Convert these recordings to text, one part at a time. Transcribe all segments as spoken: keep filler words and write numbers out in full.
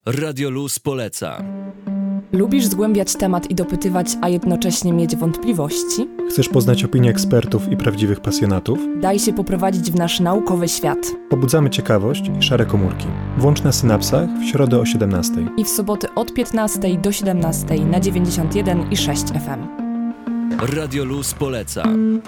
Radio Luz poleca. Lubisz zgłębiać temat i dopytywać, a jednocześnie mieć wątpliwości? Chcesz poznać opinie ekspertów i prawdziwych pasjonatów? Daj się poprowadzić w nasz naukowy świat. Pobudzamy ciekawość i szare komórki. Włącz na Synapsach w środę o siedemnastej. I w soboty od piętnastej do siedemnastej na dziewięćdziesiąt jeden i sześć F M. Radio Luz poleca.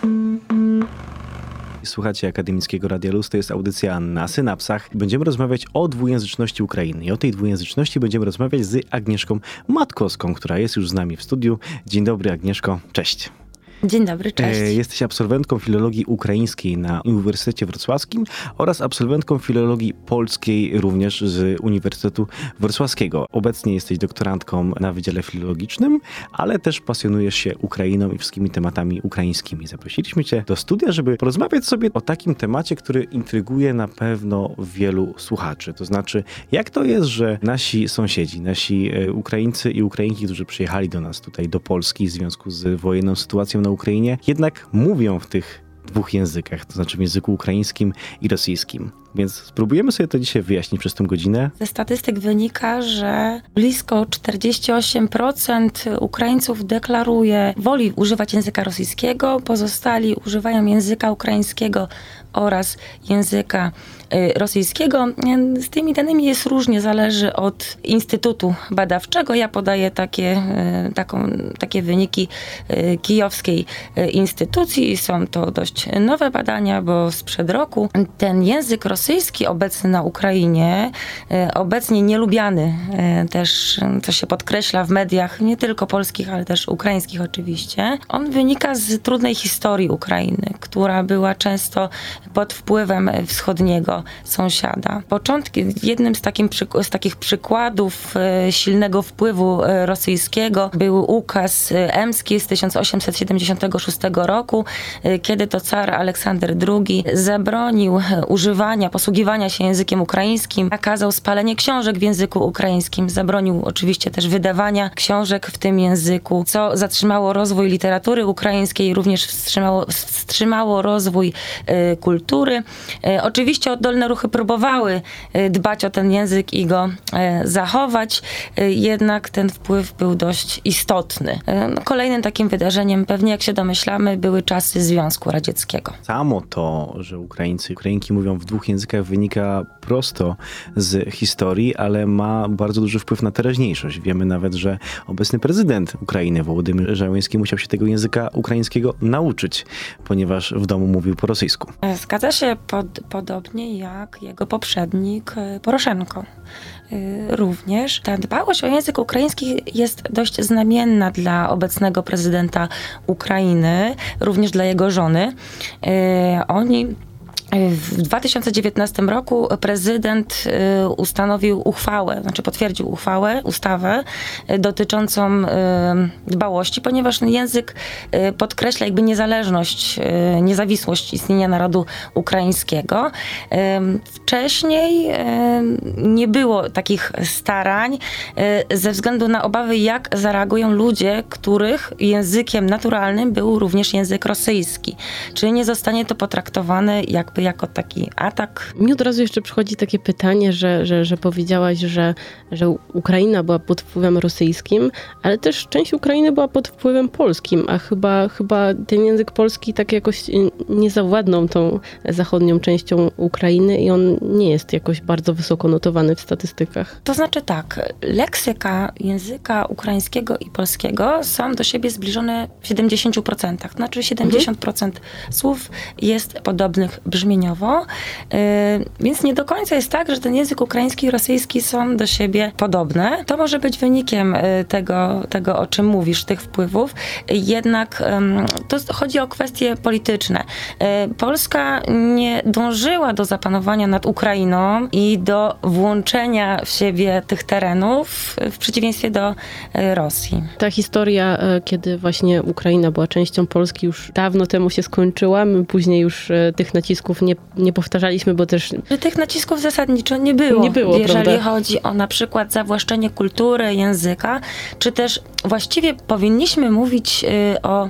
Słuchacie Akademickiego Radia Luz, to jest audycja na Synapsach. Będziemy rozmawiać o dwujęzyczności Ukrainy i o tej dwujęzyczności będziemy rozmawiać z Agnieszką Matkowską, która jest już z nami w studiu. Dzień dobry, Agnieszko, cześć. Dzień dobry, cześć. E, jesteś absolwentką filologii ukraińskiej na Uniwersytecie Wrocławskim oraz absolwentką filologii polskiej również z Uniwersytetu Wrocławskiego. Obecnie jesteś doktorantką na Wydziale Filologicznym, ale też pasjonujesz się Ukrainą i wszystkimi tematami ukraińskimi. Zaprosiliśmy cię do studia, żeby porozmawiać sobie o takim temacie, który intryguje na pewno wielu słuchaczy. To znaczy, jak to jest, że nasi sąsiedzi, nasi Ukraińcy i Ukrainki, którzy przyjechali do nas tutaj, do Polski w związku z wojenną sytuacją na Ukrainie, jednak mówią w tych dwóch językach, to znaczy w języku ukraińskim i rosyjskim. Więc spróbujemy sobie to dzisiaj wyjaśnić przez tę godzinę. Ze statystyk wynika, że blisko czterdzieści osiem procent Ukraińców deklaruje, woli używać języka rosyjskiego, pozostali używają języka ukraińskiego oraz języka y, rosyjskiego. Z tymi danymi jest różnie, zależy od instytutu badawczego. Ja podaję takie, y, taką, takie wyniki y, kijowskiej y, instytucji. Są to dość nowe badania, bo sprzed roku ten język rosyjski obecny na Ukrainie, y, obecnie nielubiany y, też, co się podkreśla w mediach, nie tylko polskich, ale też ukraińskich oczywiście. On wynika z trudnej historii Ukrainy, która była często pod wpływem wschodniego sąsiada. Początki, jednym z, takim, z takich przykładów silnego wpływu rosyjskiego był ukaz emski z tysiąc osiemset siedemdziesiątego szóstego roku, kiedy to car Aleksander drugi zabronił używania, posługiwania się językiem ukraińskim, nakazał spalenie książek w języku ukraińskim, zabronił oczywiście też wydawania książek w tym języku, co zatrzymało rozwój literatury ukraińskiej, również wstrzymało, wstrzymało rozwój y, kultury. E, oczywiście oddolne ruchy próbowały e, dbać o ten język i go e, zachować, e, jednak ten wpływ był dość istotny. E, no, kolejnym takim wydarzeniem, pewnie jak się domyślamy, były czasy Związku Radzieckiego. Samo to, że Ukraińcy i Ukrainki mówią w dwóch językach, wynika prosto z historii, ale ma bardzo duży wpływ na teraźniejszość. Wiemy nawet, że obecny prezydent Ukrainy, Wołodymyr Zełenski, musiał się tego języka ukraińskiego nauczyć, ponieważ w domu mówił po rosyjsku. Zgadza się, pod, podobnie jak jego poprzednik Poroszenko. Również ta dbałość o język ukraiński jest dość znamienna dla obecnego prezydenta Ukrainy, również dla jego żony. Oni W dwa tysiące dziewiętnastym roku prezydent ustanowił uchwałę, znaczy potwierdził uchwałę, ustawę dotyczącą dbałości, ponieważ ten język podkreśla jakby niezależność, niezawisłość istnienia narodu ukraińskiego. Wcześniej nie było takich starań ze względu na obawy, jak zareagują ludzie, których językiem naturalnym był również język rosyjski. Czy nie zostanie to potraktowane jakby jako taki atak. Mi od razu jeszcze przychodzi takie pytanie, że, że, że powiedziałaś, że, że Ukraina była pod wpływem rosyjskim, ale też część Ukrainy była pod wpływem polskim, a chyba, chyba ten język polski tak jakoś nie zawładnął tą zachodnią częścią Ukrainy i on nie jest jakoś bardzo wysoko notowany w statystykach. To znaczy tak, leksyka języka ukraińskiego i polskiego są do siebie zbliżone w siedemdziesiąt procent. Znaczy siedemdziesiąt procent mhm. słów jest podobnych brzmieniowo, yy, więc nie do końca jest tak, że ten język ukraiński i rosyjski są do siebie podobne. To może być wynikiem yy, tego, tego, o czym mówisz, tych wpływów. Yy, jednak yy, to chodzi o kwestie polityczne. Yy, Polska nie dążyła do zapanowania nad Ukrainą i do włączenia w siebie tych terenów, w przeciwieństwie do yy, Rosji. Ta historia, yy, kiedy właśnie Ukraina była częścią Polski, już dawno temu się skończyła. My później już yy, tych nacisków nie, nie powtarzaliśmy, bo też... Że tych nacisków zasadniczo nie było, nie było jeżeli prawda? chodzi o na przykład zawłaszczenie kultury, języka, czy też właściwie powinniśmy mówić y, o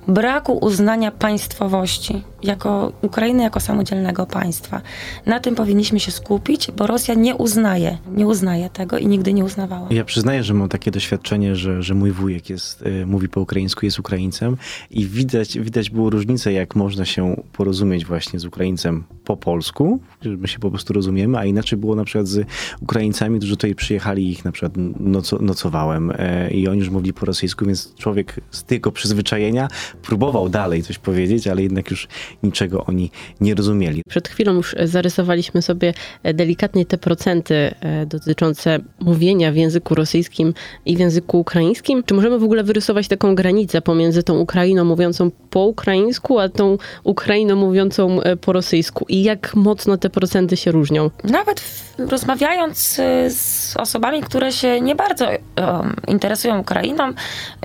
braku uznania państwowości jako Ukrainy jako samodzielnego państwa. Na tym powinniśmy się skupić, bo Rosja nie uznaje, nie uznaje tego i nigdy nie uznawała. Ja przyznaję, że mam takie doświadczenie, że, że mój wujek jest, y, mówi po ukraińsku, jest Ukraińcem i widać, widać było różnicę, jak można się porozumieć właśnie z Ukraińcem po polsku, że my się po prostu rozumiemy, a inaczej było na przykład z Ukraińcami, którzy tutaj przyjechali, ich na przykład noco, nocowałem y, i oni już mówili po rosyjsku, więc człowiek z tego przyzwyczajenia próbował dalej coś powiedzieć, ale jednak już niczego oni nie rozumieli. Przed chwilą już zarysowaliśmy sobie delikatnie te procenty dotyczące mówienia w języku rosyjskim i w języku ukraińskim. Czy możemy w ogóle wyrysować taką granicę pomiędzy tą Ukrainą mówiącą po ukraińsku, a tą Ukrainą mówiącą po rosyjsku? I jak mocno te procenty się różnią? Nawet w, rozmawiając z osobami, które się nie bardzo um, interesują Ukrainą, um,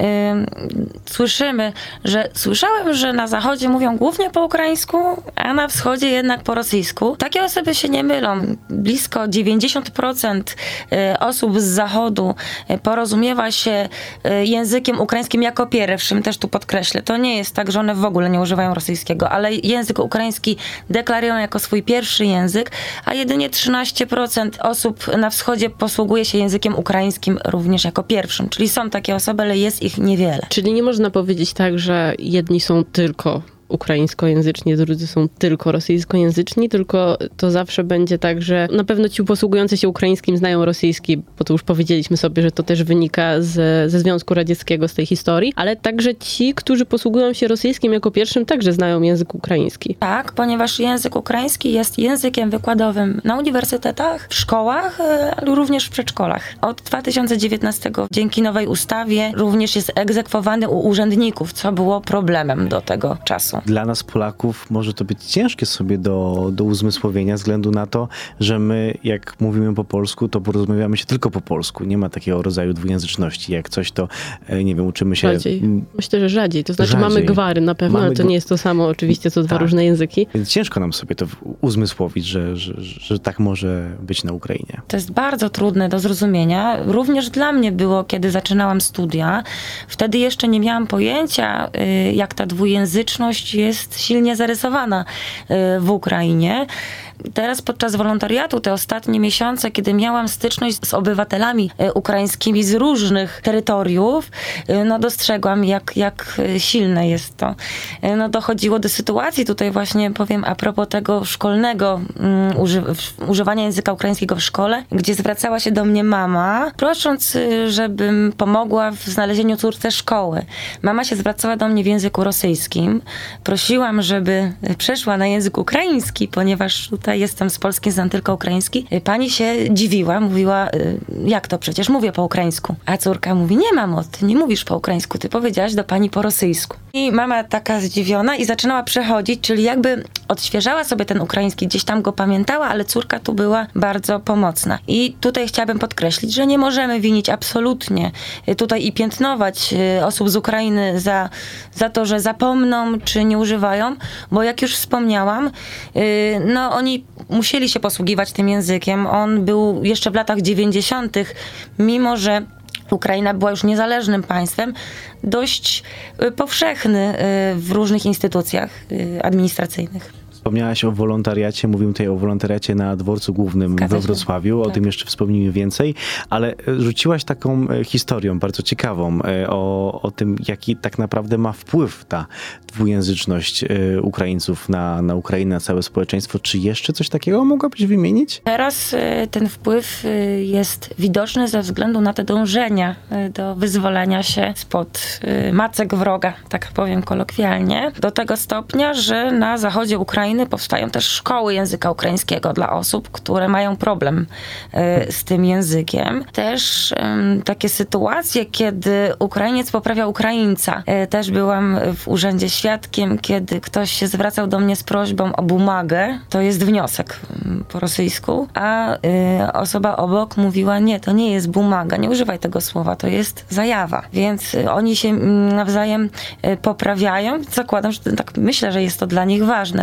słyszymy, że słyszałem, że na zachodzie mówią głównie po ukraińsku, a na wschodzie jednak po rosyjsku. Takie osoby się nie mylą. Blisko dziewięćdziesiąt procent osób z zachodu porozumiewa się językiem ukraińskim jako pierwszym, też tu podkreślę. To nie jest tak, że one w ogóle nie używają rosyjskiego, ale język ukraiński deklarują jako swój pierwszy język, a jedynie trzynaście procent osób na wschodzie posługuje się językiem ukraińskim również jako pierwszym. Czyli są takie osoby, ale jest ich niewiele. Czyli nie można powiedzieć tak, że jedni są tylko ukraińskojęzyczni, drudzy są tylko rosyjskojęzyczni, tylko to zawsze będzie tak, że na pewno ci posługujący się ukraińskim znają rosyjski, bo to już powiedzieliśmy sobie, że to też wynika z, ze Związku Radzieckiego, z tej historii, ale także ci, którzy posługują się rosyjskim jako pierwszym, także znają język ukraiński. Tak, ponieważ język ukraiński jest językiem wykładowym na uniwersytetach, w szkołach, ale również w przedszkolach. Od dwa tysiące dziewiętnastego dzięki nowej ustawie również jest egzekwowany u urzędników, co było problemem do tego czasu. Dla nas Polaków może to być ciężkie sobie do, do uzmysłowienia, ze względu na to, że my, jak mówimy po polsku, to porozmawiamy się tylko po polsku. Nie ma takiego rodzaju dwujęzyczności. Jak coś, to nie wiem, uczymy się... Rzadziej. Myślę, że rzadziej. To znaczy rzadziej. mamy gwary na pewno, mamy ale to nie jest to samo oczywiście, co dwa tak. różne języki. Więc ciężko nam sobie to uzmysłowić, że, że, że tak może być na Ukrainie. To jest bardzo trudne do zrozumienia. Również dla mnie było, kiedy zaczynałam studia. Wtedy jeszcze nie miałam pojęcia, jak ta dwujęzyczność jest silnie zarysowana w Ukrainie. Teraz podczas wolontariatu, te ostatnie miesiące, kiedy miałam styczność z obywatelami ukraińskimi z różnych terytoriów, no dostrzegłam, jak, jak silne jest to. No dochodziło do sytuacji, tutaj właśnie powiem a propos tego szkolnego um, uży, używania języka ukraińskiego w szkole, gdzie zwracała się do mnie mama, prosząc, żebym pomogła w znalezieniu córce szkoły. Mama się zwracała do mnie w języku rosyjskim. Prosiłam, żeby przeszła na język ukraiński, ponieważ tutaj jestem z Polski, znam tylko ukraiński. Pani się dziwiła, mówiła, jak to przecież mówię po ukraińsku. A córka mówi, nie mamo, ty nie mówisz po ukraińsku, ty powiedziałaś do pani po rosyjsku. I mama taka zdziwiona i zaczynała przechodzić, czyli jakby odświeżała sobie ten ukraiński, gdzieś tam go pamiętała, ale córka tu była bardzo pomocna. I tutaj chciałabym podkreślić, że nie możemy winić absolutnie tutaj i piętnować osób z Ukrainy za, za to, że zapomną, czy nie używają, bo jak już wspomniałam, no oni musieli się posługiwać tym językiem. On był jeszcze w latach dziewięćdziesiątych, mimo że Ukraina była już niezależnym państwem, dość powszechny w różnych instytucjach administracyjnych. Wspomniałaś o wolontariacie, mówimy tutaj o wolontariacie na dworcu głównym Zgadza we się. Wrocławiu, Tak. o tym jeszcze wspomnimy więcej, ale rzuciłaś taką historią bardzo ciekawą o, o tym, jaki tak naprawdę ma wpływ ta dwujęzyczność Ukraińców na, na Ukrainę, na całe społeczeństwo. Czy jeszcze coś takiego mogłabyś wymienić? Teraz ten wpływ jest widoczny ze względu na te dążenia do wyzwolenia się spod macek wroga, tak powiem kolokwialnie, do tego stopnia, że na zachodzie Ukrainy powstają też szkoły języka ukraińskiego dla osób, które mają problem z tym językiem. Też takie sytuacje, kiedy Ukrainiec poprawia Ukraińca. Też byłam w urzędzie świadkiem, kiedy ktoś się zwracał do mnie z prośbą o bumagę. To jest wniosek po rosyjsku, a osoba obok mówiła, nie, to nie jest bumaga, nie używaj tego słowa, to jest zajawa. Więc oni się nawzajem poprawiają. Zakładam, że tak myślę, że jest to dla nich ważne, żeby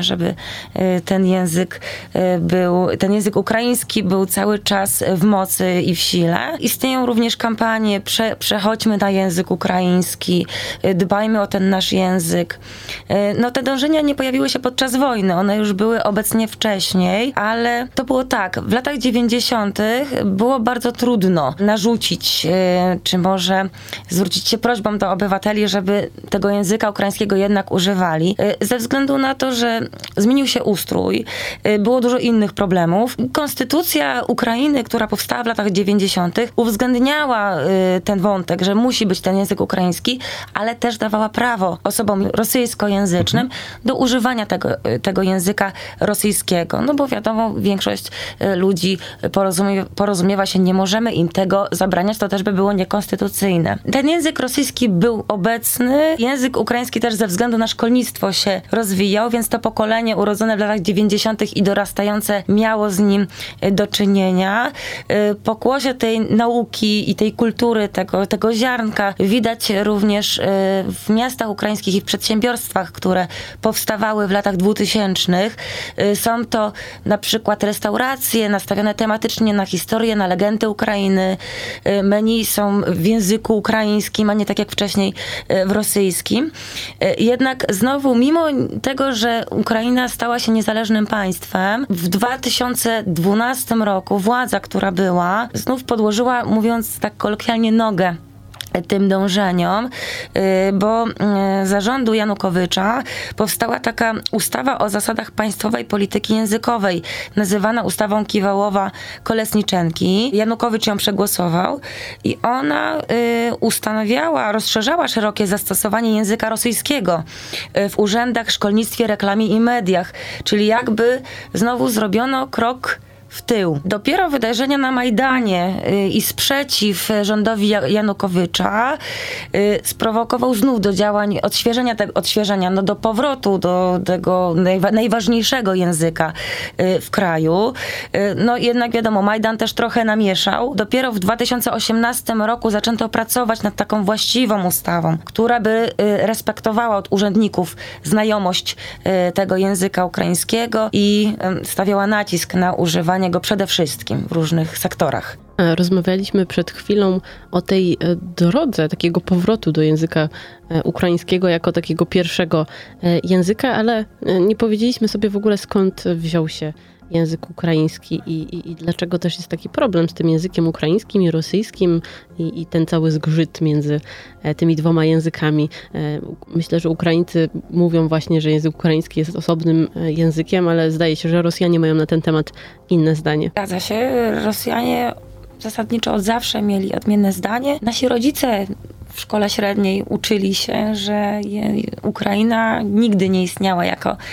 ten język był, ten język ukraiński był cały czas w mocy i w sile. Istnieją również kampanie prze, przechodźmy na język ukraiński, dbajmy o ten nasz język. No te dążenia nie pojawiły się podczas wojny, one już były obecnie wcześniej, ale to było tak, w latach dziewięćdziesiątych było bardzo trudno narzucić, czy może zwrócić się prośbą do obywateli, żeby tego języka ukraińskiego jednak używali, ze względu na to, że zmienił się ustrój, było dużo innych problemów. Konstytucja Ukrainy, która powstała w latach dziewięćdziesiątych uwzględniała ten wątek, że musi być ten język ukraiński, ale też dawała prawo osobom rosyjskojęzycznym do używania tego, tego języka rosyjskiego. No bo wiadomo, większość ludzi porozumie, porozumiewa się, nie możemy im tego zabraniać, to też by było niekonstytucyjne. Ten język rosyjski był obecny, język ukraiński też ze względu na szkolnictwo się rozwijał, więc to pokolenie urodzone w latach dziewięćdziesiątych i dorastające miało z nim do czynienia. Pokłosie tej nauki i tej kultury, tego, tego ziarnka widać również w miastach ukraińskich i w przedsiębiorstwach, które powstawały w latach dwutysięcznych. Są to na przykład restauracje nastawione tematycznie na historię, na legendy Ukrainy. Menu są w języku ukraińskim, a nie tak jak wcześniej w rosyjskim. Jednak znowu, mimo tego, że Ukraina stała się niezależnym państwem, w dwa tysiące dwunastym roku władza, która była, znów podłożyła, mówiąc tak kolokwialnie, nogę tym dążeniom, bo za rządu Janukowycza powstała taka ustawa o zasadach państwowej polityki językowej, nazywana ustawą Kiwałowa-Kolesniczenki. Janukowycz ją przegłosował i ona ustanawiała, rozszerzała szerokie zastosowanie języka rosyjskiego w urzędach, szkolnictwie, reklamie i mediach, czyli jakby znowu zrobiono krok w tył. Dopiero wydarzenia na Majdanie y, i sprzeciw rządowi Janukowycza y, sprowokował znów do działań odświeżenia, te, odświeżenia no do powrotu do tego najwa, najważniejszego języka y, w kraju. Y, no jednak wiadomo, Majdan też trochę namieszał. Dopiero w dwa tysiące osiemnastym roku zaczęto pracować nad taką właściwą ustawą, która by y, respektowała od urzędników znajomość y, tego języka ukraińskiego i y, stawiała nacisk na używanie go przede wszystkim w różnych sektorach. Rozmawialiśmy przed chwilą o tej drodze takiego powrotu do języka ukraińskiego jako takiego pierwszego języka, ale nie powiedzieliśmy sobie w ogóle, skąd wziął się język ukraiński i, i, i dlaczego też jest taki problem z tym językiem ukraińskim i rosyjskim i, i ten cały zgrzyt między tymi dwoma językami. Myślę, że Ukraińcy mówią właśnie, że język ukraiński jest osobnym językiem, ale zdaje się, że Rosjanie mają na ten temat inne zdanie. Zgadza się. Rosjanie zasadniczo od zawsze mieli odmienne zdanie. Nasi rodzice w szkole średniej uczyli się, że Ukraina nigdy nie istniała jako y,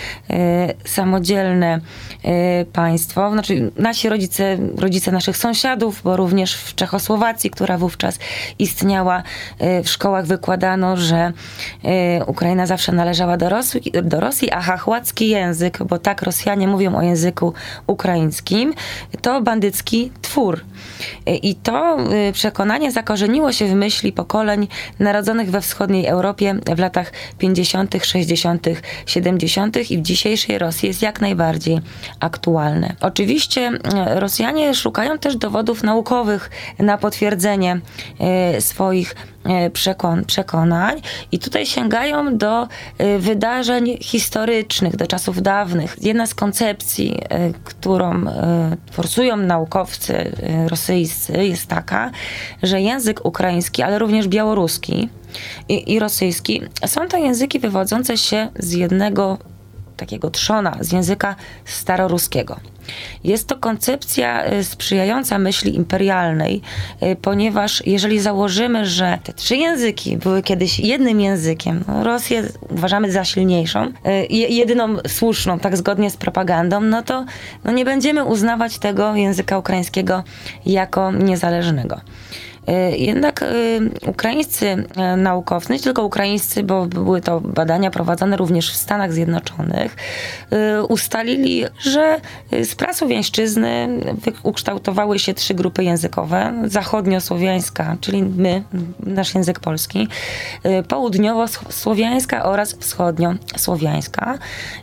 samodzielne y, państwo. Znaczy nasi rodzice, rodzice naszych sąsiadów, bo również w Czechosłowacji, która wówczas istniała, y, w szkołach wykładano, że y, Ukraina zawsze należała do Rosji, do Rosji, a chachłacki język, bo tak Rosjanie mówią o języku ukraińskim, to bandycki twór. Y, I to y, przekonanie zakorzeniło się w myśli pokoleń narodzonych we wschodniej Europie w latach pięćdziesiątych, sześćdziesiątych, siedemdziesiątych i w dzisiejszej Rosji jest jak najbardziej aktualne. Oczywiście Rosjanie szukają też dowodów naukowych na potwierdzenie e, swoich Przekon, przekonań i tutaj sięgają do y, wydarzeń historycznych, do czasów dawnych. Jedna z koncepcji, y, którą y, forsują naukowcy y, rosyjscy, jest taka, że język ukraiński, ale również białoruski i, i rosyjski są to języki wywodzące się z jednego takiego trzona, z języka staroruskiego. Jest to koncepcja sprzyjająca myśli imperialnej, ponieważ jeżeli założymy, że te trzy języki były kiedyś jednym językiem, no Rosję uważamy za silniejszą, jedyną słuszną, tak zgodnie z propagandą, no to no nie będziemy uznawać tego języka ukraińskiego jako niezależnego. Jednak ukraińscy naukowcy, nie tylko ukraińscy, bo były to badania prowadzone również w Stanach Zjednoczonych, ustalili, że z prasłowiańszczyzny ukształtowały się trzy grupy językowe. Zachodniosłowiańska, czyli my, nasz język polski, południowosłowiańska oraz wschodniosłowiańska.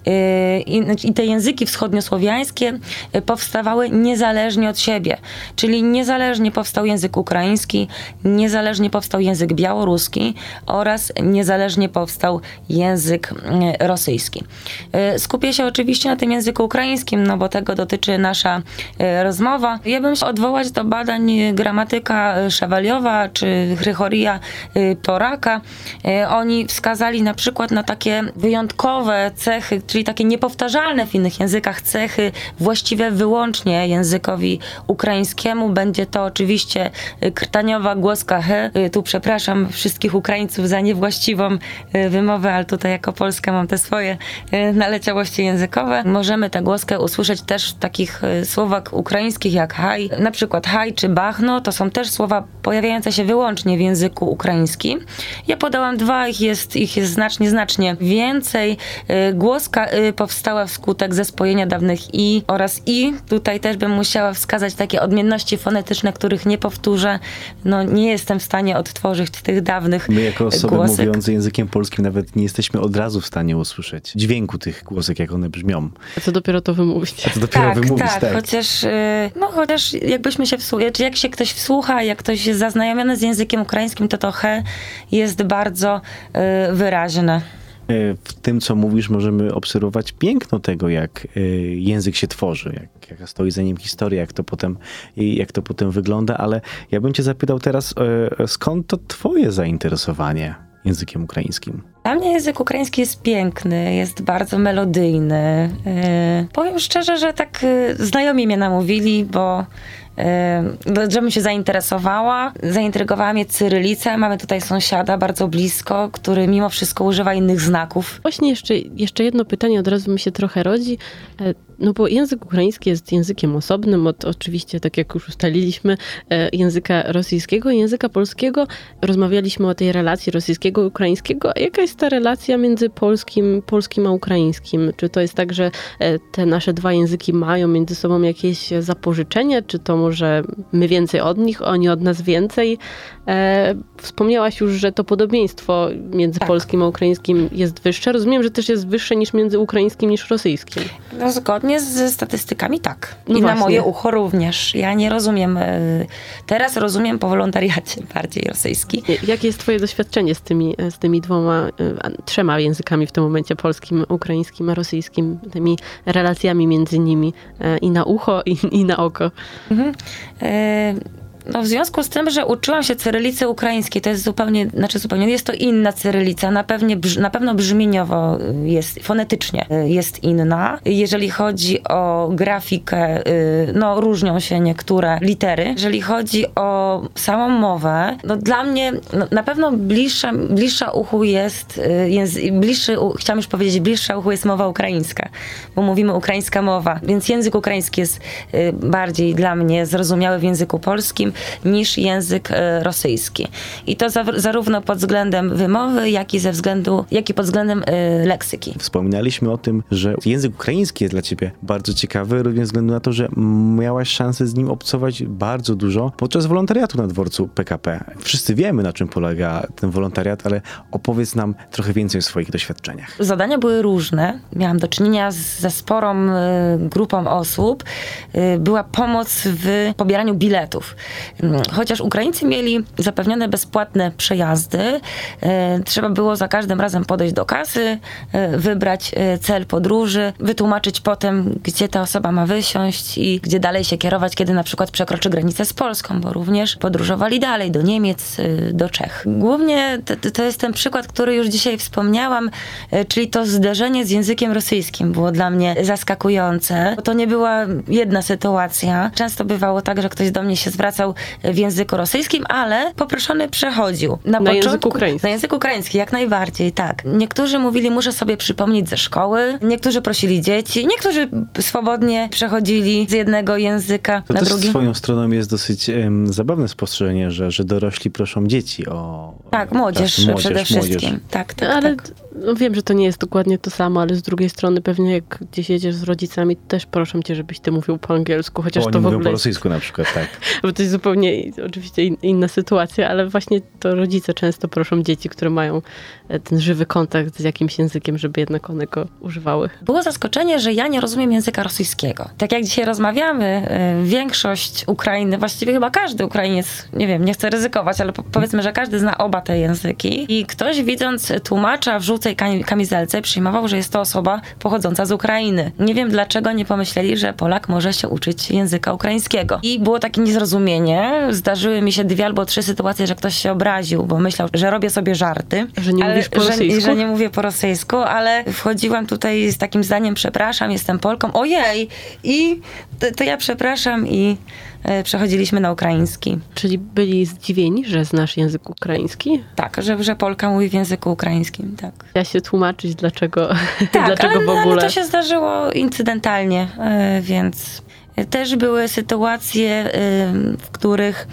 I te języki wschodniosłowiańskie powstawały niezależnie od siebie. Czyli niezależnie powstał język ukraiński, niezależnie powstał język białoruski oraz niezależnie powstał język rosyjski. Skupię się oczywiście na tym języku ukraińskim, no bo tego dotyczy nasza rozmowa. Ja bym się odwołać do badań gramatyka Szeweliowa czy Hrychorija Poraka. Oni wskazali na przykład na takie wyjątkowe cechy, czyli takie niepowtarzalne w innych językach cechy, właściwe wyłącznie językowi ukraińskiemu. Będzie to oczywiście krtaniowa głoska he. Tu przepraszam wszystkich Ukraińców za niewłaściwą wymowę, ale tutaj jako Polska mam te swoje naleciałości językowe. Możemy tę głoskę usłyszeć też w takich słowach ukraińskich jak haj. Na przykład haj czy bachno to są też słowa pojawiające się wyłącznie w języku ukraińskim. Ja podałam dwa, ich jest, ich jest znacznie, znacznie więcej. Głoska y powstała wskutek zespojenia dawnych i oraz i. Tutaj też bym musiała wskazać takie odmienności fonetyczne, których nie powtórzę. No nie jestem w stanie odtworzyć tych dawnych My jako osoby głosek. mówiące językiem polskim nawet nie jesteśmy od razu w stanie usłyszeć dźwięku tych głosek, jak one brzmią. A co dopiero to wymówić? A co dopiero Tak, wymówić, tak, tak. chociaż, no chociaż jakbyśmy się wsłuchali, czy jak się ktoś wsłucha, jak ktoś jest zaznajomiony z językiem ukraińskim, to to he jest bardzo y, wyraźne. W tym, co mówisz, możemy obserwować piękno tego, jak język się tworzy, jak, jaka stoi za nim historia, jak to potem, jak to potem wygląda, ale ja bym cię zapytał teraz, skąd to twoje zainteresowanie językiem ukraińskim? Dla mnie język ukraiński jest piękny, jest bardzo melodyjny. Yy, powiem szczerze, że tak yy, znajomi mnie namówili, bo Yy, żebym się zainteresowała. Zaintrygowała mnie cyrylica. Mamy tutaj sąsiada bardzo blisko, który mimo wszystko używa innych znaków. Właśnie jeszcze, jeszcze jedno pytanie od razu mi się trochę rodzi. No bo język ukraiński jest językiem osobnym od oczywiście, tak jak już ustaliliśmy, języka rosyjskiego i języka polskiego. Rozmawialiśmy o tej relacji rosyjskiego i ukraińskiego. A jaka jest ta relacja między polskim, polskim a ukraińskim? Czy to jest tak, że te nasze dwa języki mają między sobą jakieś zapożyczenia? Czy to może my więcej od nich, oni od nas więcej? E, wspomniałaś już, że to podobieństwo między tak. polskim a ukraińskim jest wyższe. Rozumiem, że też jest wyższe niż między ukraińskim niż rosyjskim. No zgodnie ze statystykami tak. No I właśnie. na moje ucho również. Ja nie rozumiem, teraz rozumiem po wolontariacie bardziej rosyjski. Jakie jest twoje doświadczenie z tymi, z tymi dwoma, trzema językami w tym momencie, polskim, ukraińskim a rosyjskim, tymi relacjami między nimi i na ucho i, i na oko? Mhm. E- No w związku z tym, że uczyłam się cyrylicy ukraińskiej, to jest zupełnie, znaczy zupełnie, jest to inna cyrylica, na, pewnie, na pewno brzmieniowo jest, fonetycznie jest inna. Jeżeli chodzi o grafikę, no różnią się niektóre litery. Jeżeli chodzi o samą mowę, no dla mnie no, na pewno bliższa, bliższa uchu jest, języ, bliższy, chciałam już powiedzieć, bliższa uchu jest mowa ukraińska, bo mówimy ukraińska mowa, więc język ukraiński jest bardziej dla mnie zrozumiały w języku polskim niż język rosyjski. I to za, zarówno pod względem wymowy, jak i ze względu, jak i pod względem y, leksyki. Wspominaliśmy o tym, że język ukraiński jest dla ciebie bardzo ciekawy, również ze względu na to, że miałaś szansę z nim obcować bardzo dużo podczas wolontariatu na dworcu P K P. Wszyscy wiemy, na czym polega ten wolontariat, ale opowiedz nam trochę więcej o swoich doświadczeniach. Zadania były różne. Miałam do czynienia z, ze sporą y, grupą osób. Y, była pomoc w pobieraniu biletów. Chociaż Ukraińcy mieli zapewnione bezpłatne przejazdy, e, trzeba było za każdym razem podejść do kasy, e, wybrać e, cel podróży, wytłumaczyć potem, gdzie ta osoba ma wysiąść i gdzie dalej się kierować, kiedy na przykład przekroczy granicę z Polską, bo również podróżowali dalej do Niemiec, e, do Czech. Głównie to, to jest ten przykład, który już dzisiaj wspomniałam, e, czyli to zderzenie z językiem rosyjskim było dla mnie zaskakujące, bo to nie była jedna sytuacja. Często bywało tak, że ktoś do mnie się zwracał odpowiadał w języku rosyjskim, ale poproszony przechodził. Na, na początku, język ukraiński. Na język ukraiński, jak najbardziej, tak. Niektórzy mówili, muszę sobie przypomnieć ze szkoły, niektórzy prosili dzieci, niektórzy swobodnie przechodzili z jednego języka to na też drugi. swoją stroną jest dosyć um, zabawne spostrzeżenie, że, że dorośli proszą dzieci o... Tak, młodzież, tak, młodzież przede wszystkim. Młodzież. Tak, tak, Ale tak. no wiem, że to nie jest dokładnie to samo, ale z drugiej strony pewnie jak gdzieś jedziesz z rodzicami, też proszę cię, żebyś ty mówił po angielsku, chociaż Bo to oni w mówią ogóle po rosyjsku na przykład, tak. Bo to jest zupełnie oczywiście in, inna sytuacja, ale właśnie to rodzice często proszą dzieci, które mają ten żywy kontakt z jakimś językiem, żeby jednak one go używały. Było zaskoczenie, że ja nie rozumiem języka rosyjskiego. Tak jak dzisiaj rozmawiamy, większość Ukrainy, właściwie chyba każdy Ukrainiec, nie wiem, nie chcę ryzykować, ale powiedzmy, że każdy zna oba te języki i ktoś widząc tłumacza w żółtej kamizelce przyjmował, że jest to osoba pochodząca z Ukrainy. Nie wiem dlaczego nie pomyśleli, że Polak może się uczyć języka ukraińskiego. I było takie niezrozumienie. Zdarzyły mi się dwie albo trzy sytuacje, że ktoś się obraził, bo myślał, że robię sobie żarty. Że nie ale, mówisz po że, rosyjsku? Że nie mówię po rosyjsku, ale wchodziłam tutaj z takim zdaniem, przepraszam, jestem Polką, ojej! I to, to ja przepraszam i e, przechodziliśmy na ukraiński. Czyli byli zdziwieni, że znasz język ukraiński? Tak, że, że Polka mówi w języku ukraińskim, tak. Ja się tłumaczyć, dlaczego, Tak, dlaczego ale, w ogóle... ale to się zdarzyło incydentalnie, e, więc też były sytuacje, e, w których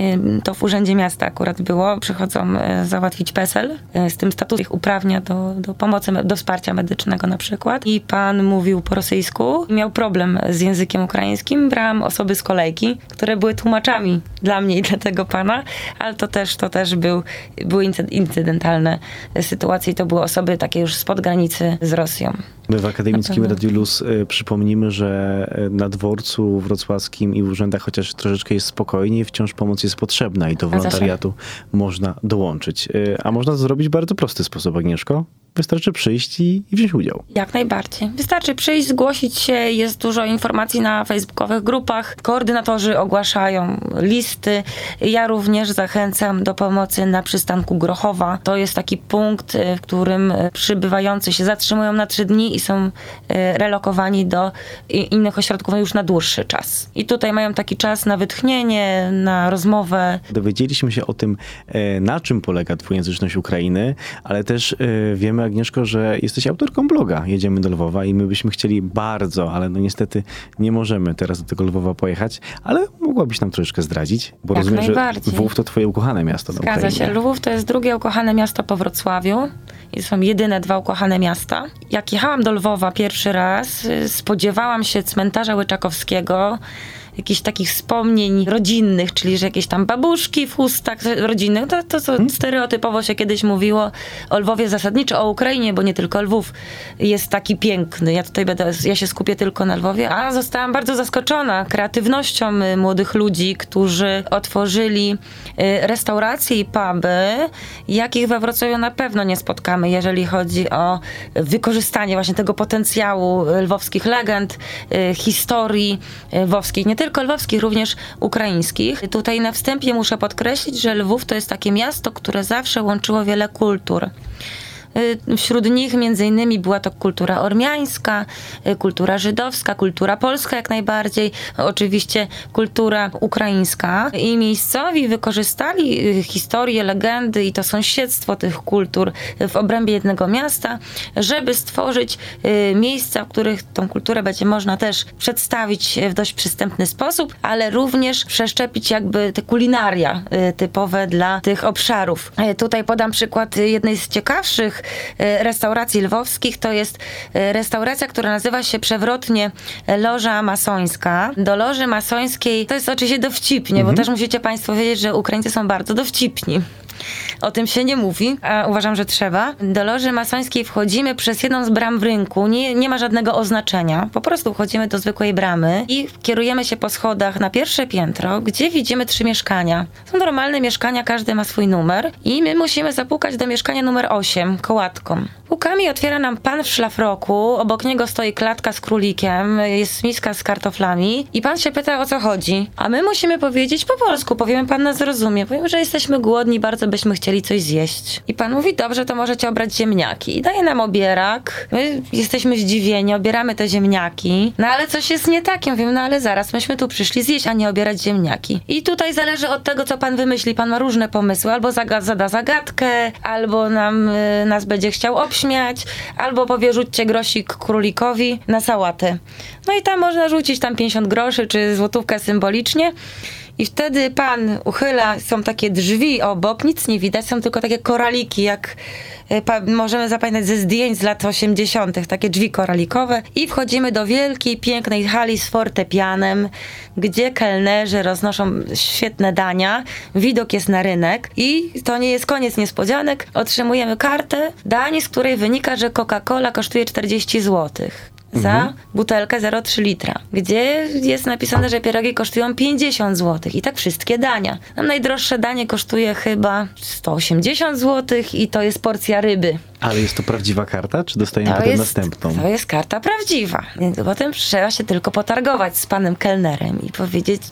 to w Urzędzie Miasta akurat było. Przychodzą załatwić PESEL. Z tym status ich uprawnia do, do pomocy, do wsparcia medycznego na przykład. I pan mówił po rosyjsku. Miał problem z językiem ukraińskim. Brałam osoby z kolejki, które były tłumaczami dla mnie i dla tego pana, ale to też, to też był, były incydentalne sytuacje i to były osoby takie już spod granicy z Rosją. My w Akademickim Radiu Luz y, przypomnimy, że na dworcu wrocławskim i w urzędach chociaż troszeczkę jest spokojniej, wciąż pomoc jest potrzebna i do wolontariatu można dołączyć. Y, a można to zrobić w bardzo prosty sposób, Agnieszko. Wystarczy przyjść i, i wziąć udział. Jak najbardziej. Wystarczy przyjść, zgłosić się. Jest dużo informacji na facebookowych grupach. Koordynatorzy ogłaszają listy. Ja również zachęcam do pomocy na przystanku Grochowa. To jest taki punkt, w którym przybywający się zatrzymują na trzy dni i są relokowani do innych ośrodków już na dłuższy czas. I tutaj mają taki czas na wytchnienie, na rozmowę. Dowiedzieliśmy się o tym, na czym polega dwujęzyczność Ukrainy, ale też wiemy, Agnieszko, że jesteś autorką bloga Jedziemy do Lwowa i my byśmy chcieli bardzo, ale no niestety nie możemy teraz do tego Lwowa pojechać, ale mogłabyś nam troszeczkę zdradzić, bo Jak rozumiem, najbardziej. że Lwów to twoje ukochane miasto na Zgadza Ukrainie. się. Lwów to jest drugie ukochane miasto po Wrocławiu. I to są jedyne dwa ukochane miasta. Jak jechałam do Lwowa pierwszy raz, spodziewałam się cmentarza Łyczakowskiego, jakichś takich wspomnień rodzinnych, czyli że jakieś tam babuszki w chustach rodzinnych. To, to co hmm? stereotypowo się kiedyś mówiło o Lwowie zasadniczo, o Ukrainie, bo nie tylko Lwów jest taki piękny. Ja tutaj będę, ja się skupię tylko na Lwowie, a zostałam bardzo zaskoczona kreatywnością młodych ludzi, którzy otworzyli restauracje i puby, jakich we Wrocławiu na pewno nie spotkamy, jeżeli chodzi o wykorzystanie właśnie tego potencjału lwowskich legend, historii lwowskich, nie tylko lwowskich, również ukraińskich. Tutaj na wstępie muszę podkreślić, że Lwów to jest takie miasto, które zawsze łączyło wiele kultur. Wśród nich między innymi była to kultura ormiańska, kultura żydowska, kultura polska jak najbardziej, oczywiście kultura ukraińska. I miejscowi wykorzystali historię, legendy i to sąsiedztwo tych kultur w obrębie jednego miasta, żeby stworzyć miejsca, w których tą kulturę będzie można też przedstawić w dość przystępny sposób, ale również przeszczepić jakby te kulinaria typowe dla tych obszarów. Tutaj podam przykład jednej z ciekawszych restauracji lwowskich. To jest restauracja, która nazywa się przewrotnie Loża Masońska. Do Loży Masońskiej to jest oczywiście dowcipnie, mhm. bo też musicie państwo wiedzieć, że Ukraińcy są bardzo dowcipni. O tym się nie mówi, a uważam, że trzeba. Do Loży Masońskiej wchodzimy przez jedną z bram w rynku. Nie, nie ma żadnego oznaczenia. Po prostu wchodzimy do zwykłej bramy i kierujemy się po schodach na pierwsze piętro, gdzie widzimy trzy mieszkania. Są normalne mieszkania, każdy ma swój numer i my musimy zapukać do mieszkania numer osiem kołatką. Pukami otwiera nam pan w szlafroku, obok niego stoi klatka z królikiem, jest miska z kartoflami i pan się pyta, o co chodzi. A my musimy powiedzieć po polsku, powiemy, pan nas zrozumie. Powiemy, że jesteśmy głodni, bardzo byśmy chcieli coś zjeść. I pan mówi, dobrze, to możecie obrać ziemniaki. I daje nam obierak. My jesteśmy zdziwieni, obieramy te ziemniaki. No ale coś jest nie tak. Ja mówię, no ale zaraz, myśmy tu przyszli zjeść, a nie obierać ziemniaki. I tutaj zależy od tego, co pan wymyśli. Pan ma różne pomysły. Albo zaga- zada zagadkę, albo nam, y, nas będzie chciał obśmiać, albo powie, rzućcie grosik królikowi na sałatę. No i tam można rzucić tam pięćdziesiąt groszy, czy złotówkę symbolicznie. I wtedy pan uchyla, są takie drzwi obok, nic nie widać, są tylko takie koraliki, jak y, pa, możemy zapamiętać ze zdjęć z lat osiemdziesiątych, takie drzwi koralikowe. I wchodzimy do wielkiej, pięknej hali z fortepianem, gdzie kelnerzy roznoszą świetne dania. Widok jest na rynek i to nie jest koniec niespodzianek. Otrzymujemy kartę dań, z której wynika, że Coca-Cola kosztuje czterdzieści złotych. Za mhm. butelkę zero przecinek trzy litra, gdzie jest napisane, że pierogi kosztują pięćdziesiąt złotych i tak wszystkie dania. Nam najdroższe danie kosztuje chyba sto osiemdziesiąt złotych i to jest porcja ryby. Ale jest to prawdziwa karta, czy dostajemy To potem jest, następną? to jest karta prawdziwa. Potem trzeba się tylko potargować z panem kelnerem i powiedzieć,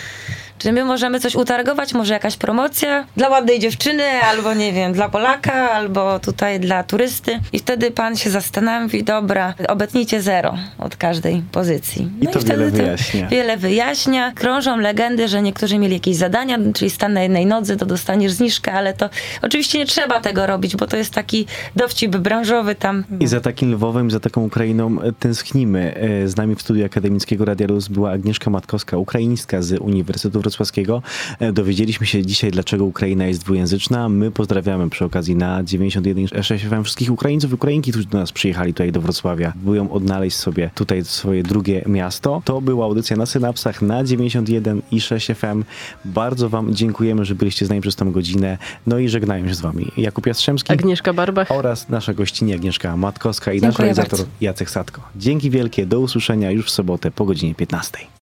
czy my możemy coś utargować, może jakaś promocja dla ładnej dziewczyny, albo nie wiem, dla Polaka, albo tutaj dla turysty. I wtedy pan się zastanowi, dobra, obetnijcie zero od każdej pozycji. I No to i wtedy wiele wyjaśnia. To wiele wyjaśnia. Krążą legendy, że niektórzy mieli jakieś zadania, czyli stan na jednej nodze, to dostaniesz zniżkę, ale to oczywiście nie trzeba tego robić, bo to jest taki dowcip branżowy tam. I za takim Lwowem, za taką Ukrainą tęsknimy. Z nami w studiu akademickiego Radia Luz była Agnieszka Matkowska, ukraińska z Uniwersytetu Wrocławskiego. Dowiedzieliśmy się dzisiaj, dlaczego Ukraina jest dwujęzyczna. My pozdrawiamy przy okazji na dziewięćdziesiąt jeden przecinek sześć F M wszystkich Ukraińców i Ukrainki, którzy do nas przyjechali tutaj do Wrocławia. Próbują odnaleźć sobie tutaj swoje drugie miasto. To była audycja na Synapsach na dziewięćdziesiąt jeden i sześć F M. Bardzo wam dziękujemy, że byliście z nami przez tą godzinę. No i żegnają się z wami Jakub Jastrzębski, Agnieszka Barbach oraz nasza gościni Agnieszka Matkowska i Dziękuję nasz realizator bardzo. Jacek Sadko. Dzięki wielkie, do usłyszenia już w sobotę po godzinie piętnastej.